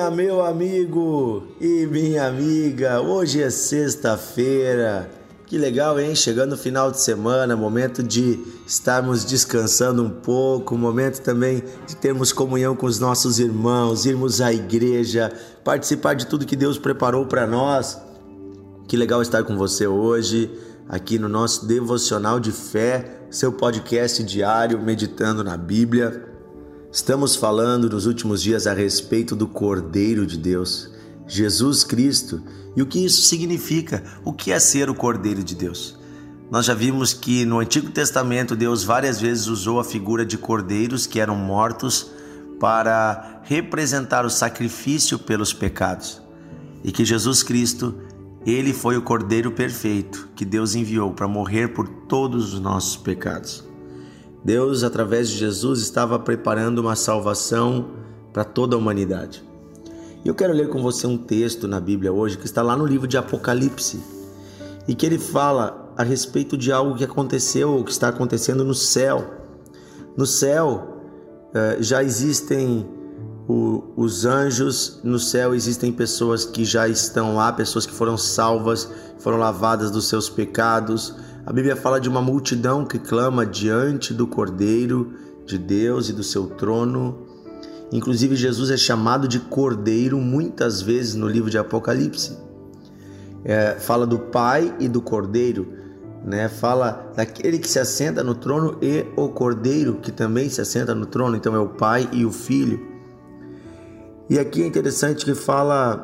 dia, meu amigo e minha amiga. Hoje é sexta-feira. Que legal, hein? Chegando no final de semana, momento de estarmos descansando um pouco, momento também de termos comunhão com os nossos irmãos, irmos à igreja, participar de tudo que Deus preparou para nós. Que legal estar com você hoje, aqui no nosso Devocional de Fé, seu podcast diário, meditando na Bíblia. Estamos falando nos últimos dias a respeito do Cordeiro de Deus, Jesus Cristo, e o que isso significa, o que é ser o Cordeiro de Deus. Nós já vimos que no Antigo Testamento Deus várias vezes usou a figura de cordeiros que eram mortos para representar o sacrifício pelos pecados, e que Jesus Cristo, Ele foi o Cordeiro perfeito que Deus enviou para morrer por todos os nossos pecados. Deus, através de Jesus, estava preparando uma salvação para toda a humanidade. E eu quero ler com você um texto na Bíblia hoje que está lá no livro de Apocalipse e que ele fala a respeito de algo que aconteceu ou que está acontecendo no céu. No céu já existem os anjos, no céu existem pessoas que já estão lá, pessoas que foram salvas, foram lavadas dos seus pecados. A Bíblia fala de uma multidão que clama diante do Cordeiro de Deus e do seu trono. Inclusive Jesus é chamado de Cordeiro muitas vezes no livro de Apocalipse. Fala do Pai e do Cordeiro, né? Fala daquele que se assenta no trono e o Cordeiro que também se assenta no trono. Então é o Pai e o Filho. E aqui é interessante que fala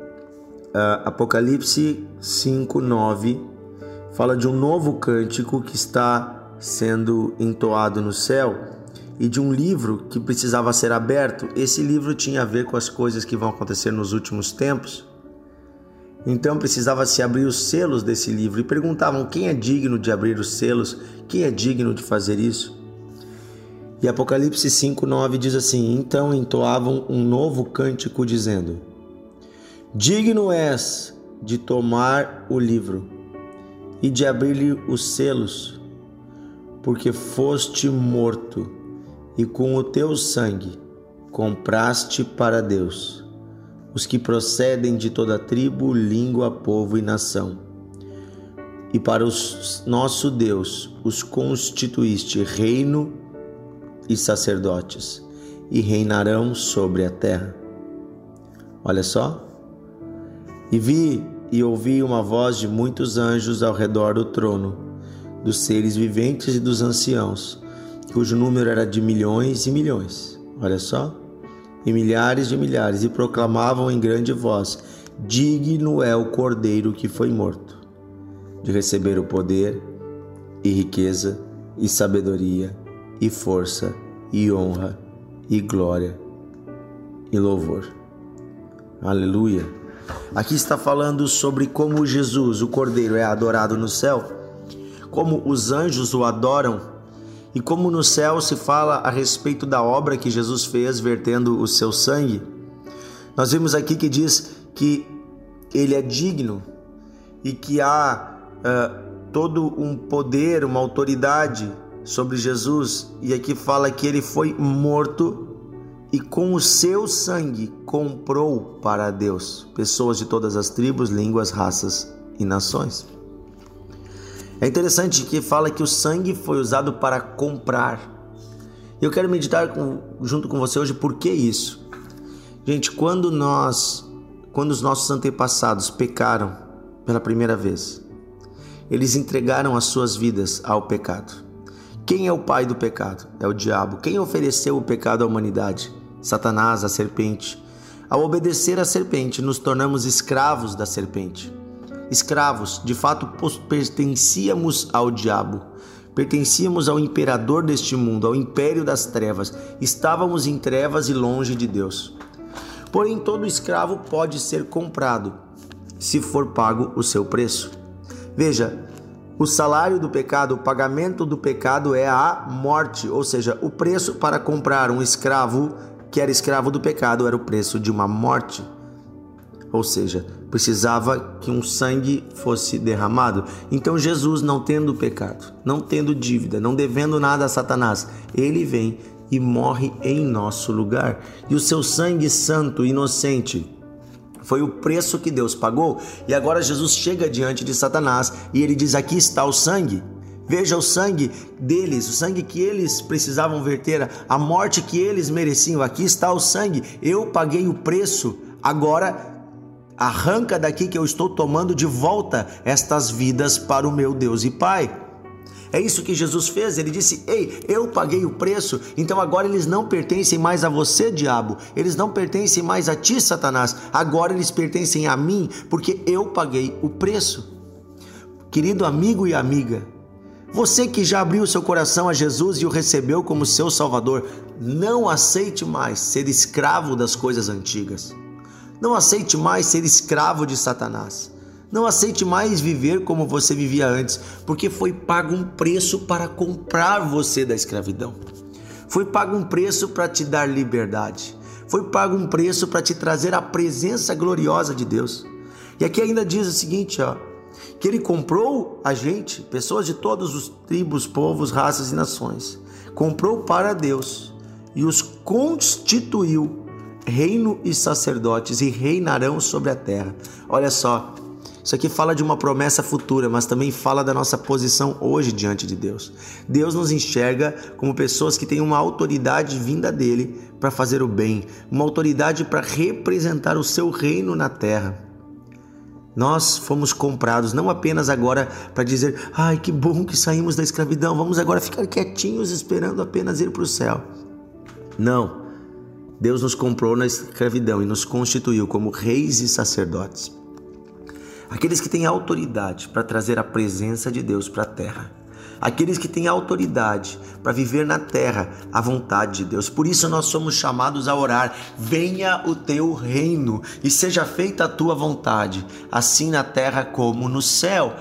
Apocalipse 5:9, fala de um novo cântico que está sendo entoado no céu e de um livro que precisava ser aberto. Esse livro tinha a ver com as coisas que vão acontecer nos últimos tempos. Então precisava se abrir os selos desse livro e perguntavam quem é digno de abrir os selos, quem é digno de fazer isso. E Apocalipse 5:9 diz assim: então entoavam um novo cântico dizendo: digno és de tomar o livro e de abrir-lhe os selos, porque foste morto e com o teu sangue compraste para Deus os que procedem de toda tribo, língua, povo e nação. E para o nosso Deus os constituíste reino e sacerdotes, e reinarão sobre a terra. Olha só. E vi e ouvi uma voz de muitos anjos ao redor do trono, dos seres viventes e dos anciãos, cujo número era de milhões e milhões. Olha só. E milhares de milhares, e proclamavam em grande voz: digno é o Cordeiro que foi morto, de receber o poder e riqueza e sabedoria e força e honra e glória e louvor. Aleluia! Aqui está falando sobre como Jesus, o Cordeiro, é adorado no céu, como os anjos o adoram e como no céu se fala a respeito da obra que Jesus fez vertendo o seu sangue. Nós vimos aqui que diz que ele é digno e que há todo um poder, uma autoridade sobre Jesus, e aqui fala que ele foi morto e com o seu sangue comprou para Deus pessoas de todas as tribos, línguas, raças e nações. É interessante que fala que o sangue foi usado para comprar. Eu quero meditar junto com você hoje por que isso. Gente, quando os nossos antepassados pecaram pela primeira vez, eles entregaram as suas vidas ao pecado. Quem é o pai do pecado? É o diabo. Quem ofereceu o pecado à humanidade? Satanás, a serpente. Ao obedecer à serpente, nos tornamos escravos da serpente. Escravos, de fato, pertencíamos ao diabo. Pertencíamos ao imperador deste mundo, ao império das trevas. Estávamos em trevas e longe de Deus. Porém, todo escravo pode ser comprado, se for pago o seu preço. Veja, o salário do pecado, o pagamento do pecado é a morte, ou seja, o preço para comprar um escravo que era escravo do pecado era o preço de uma morte. Ou seja, precisava que um sangue fosse derramado. Então Jesus, não tendo pecado, não tendo dívida, não devendo nada a Satanás, ele vem e morre em nosso lugar. E o seu sangue santo, inocente, foi o preço que Deus pagou. E agora Jesus chega diante de Satanás e ele diz: aqui está o sangue. Veja o sangue deles, o sangue que eles precisavam verter, a morte que eles mereciam. Aqui está o sangue, eu paguei o preço. Agora arranca daqui que eu estou tomando de volta estas vidas para o meu Deus e Pai. É isso que Jesus fez. Ele disse: ei, eu paguei o preço, então agora eles não pertencem mais a você, diabo. Eles não pertencem mais a ti, Satanás. Agora eles pertencem a mim, porque eu paguei o preço. Querido amigo e amiga, você que já abriu seu coração a Jesus e o recebeu como seu Salvador, não aceite mais ser escravo das coisas antigas. Não aceite mais ser escravo de Satanás. Não aceite mais viver como você vivia antes, porque foi pago um preço para comprar você da escravidão. Foi pago um preço para te dar liberdade. Foi pago um preço para te trazer a presença gloriosa de Deus. E aqui ainda diz o seguinte, que ele comprou a gente, pessoas de todos os tribos, povos, raças e nações. Comprou para Deus e os constituiu reino e sacerdotes, e reinarão sobre a terra. Olha só, isso aqui fala de uma promessa futura, mas também fala da nossa posição hoje diante de Deus. Deus nos enxerga como pessoas que têm uma autoridade vinda dele para fazer o bem, uma autoridade para representar o seu reino na terra. Nós fomos comprados não apenas agora para dizer: ai, que bom que saímos da escravidão, vamos agora ficar quietinhos esperando apenas ir para o céu. Não, Deus nos comprou na escravidão e nos constituiu como reis e sacerdotes. Aqueles que têm autoridade para trazer a presença de Deus para a terra. Aqueles que têm autoridade para viver na terra a vontade de Deus. Por isso nós somos chamados a orar: venha o teu reino e seja feita a tua vontade, assim na terra como no céu.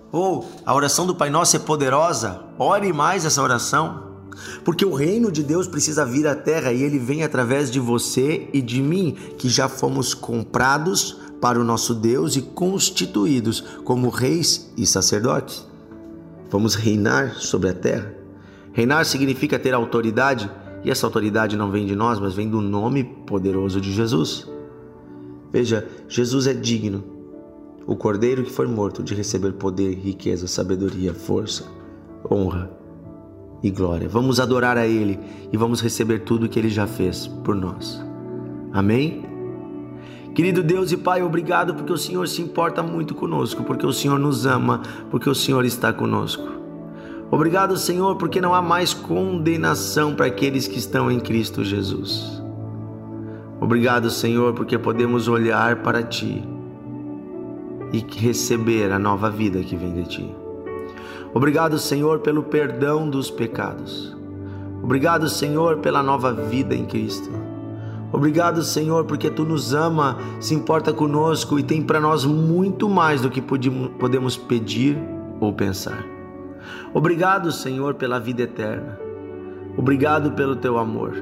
A oração do Pai Nosso é poderosa. Ore mais essa oração, porque o reino de Deus precisa vir à terra e ele vem através de você e de mim, que já fomos comprados para o nosso Deus e constituídos como reis e sacerdotes. Vamos reinar sobre a terra. Reinar significa ter autoridade, e essa autoridade não vem de nós, mas vem do nome poderoso de Jesus. Veja, Jesus é digno, o Cordeiro que foi morto, de receber poder, riqueza, sabedoria, força, honra e glória. Vamos adorar a Ele e vamos receber tudo o que Ele já fez por nós. Amém? Querido Deus e Pai, obrigado porque o Senhor se importa muito conosco, porque o Senhor nos ama, porque o Senhor está conosco. Obrigado, Senhor, porque não há mais condenação para aqueles que estão em Cristo Jesus. Obrigado, Senhor, porque podemos olhar para Ti e receber a nova vida que vem de Ti. Obrigado, Senhor, pelo perdão dos pecados. Obrigado, Senhor, pela nova vida em Cristo. Obrigado, Senhor, porque Tu nos ama, se importa conosco e tem para nós muito mais do que podemos pedir ou pensar. Obrigado, Senhor, pela vida eterna. Obrigado pelo Teu amor.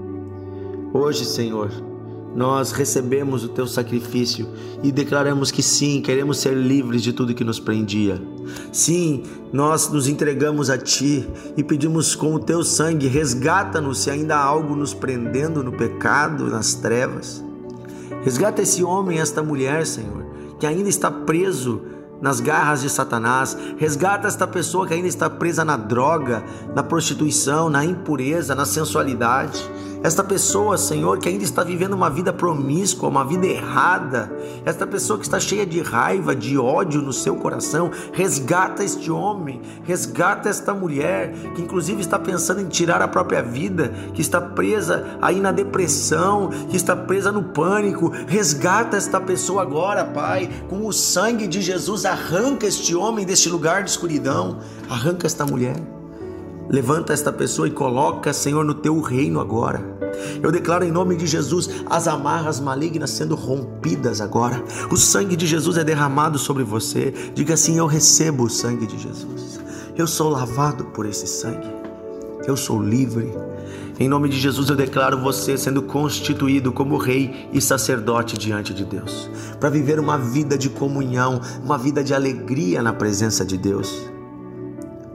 Hoje, Senhor, nós recebemos o Teu sacrifício e declaramos que sim, queremos ser livres de tudo que nos prendia. Sim, nós nos entregamos a Ti e pedimos: com o Teu sangue, resgata-nos se ainda há algo nos prendendo no pecado, nas trevas. Resgata esse homem, esta mulher, Senhor, que ainda está preso nas garras de Satanás. Resgata esta pessoa que ainda está presa na droga, na prostituição, na impureza, na sensualidade. Esta pessoa, Senhor, que ainda está vivendo uma vida promíscua, uma vida errada. Esta pessoa que está cheia de raiva, de ódio no seu coração. Resgata este homem, resgata esta mulher, que inclusive está pensando em tirar a própria vida, que está presa aí na depressão, que está presa no pânico. Resgata esta pessoa agora, Pai, com o sangue de Jesus. Arranca este homem deste lugar de escuridão, arranca esta mulher. Levanta esta pessoa e coloca, Senhor, no Teu reino agora. Eu declaro em nome de Jesus as amarras malignas sendo rompidas agora. O sangue de Jesus é derramado sobre você. Diga assim: eu recebo o sangue de Jesus. Eu sou lavado por esse sangue. Eu sou livre. Em nome de Jesus eu declaro você sendo constituído como rei e sacerdote diante de Deus, para viver uma vida de comunhão, uma vida de alegria na presença de Deus.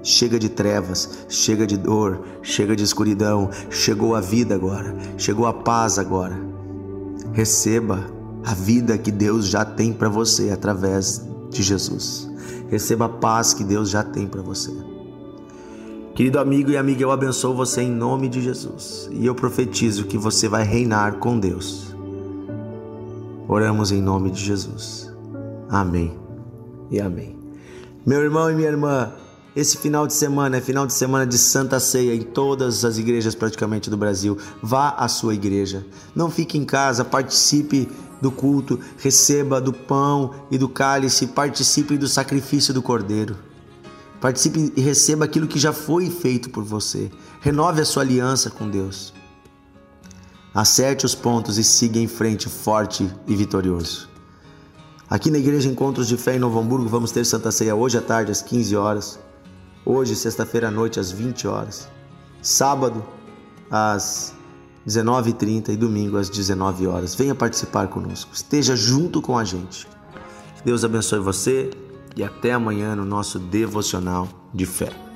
Chega de trevas, chega de dor, chega de escuridão. Chegou a vida agora, chegou a paz agora. Receba a vida que Deus já tem para você através de Jesus. Receba a paz que Deus já tem para você. Querido amigo e amiga, eu abençoo você em nome de Jesus. E eu profetizo que você vai reinar com Deus. Oramos em nome de Jesus. Amém e amém. Meu irmão e minha irmã, esse final de semana é final de semana de Santa Ceia em todas as igrejas praticamente do Brasil. Vá à sua igreja. Não fique em casa, participe do culto, receba do pão e do cálice, participe do sacrifício do Cordeiro. Participe e receba aquilo que já foi feito por você. Renove a sua aliança com Deus. Acerte os pontos e siga em frente forte e vitorioso. Aqui na Igreja Encontros de Fé em Novo Hamburgo vamos ter Santa Ceia hoje à tarde às 15 horas. Hoje, sexta-feira à noite às 20 horas. Sábado às 19h30 e domingo às 19 horas. Venha participar conosco. Esteja junto com a gente. Deus abençoe você e até amanhã no nosso devocional de fé.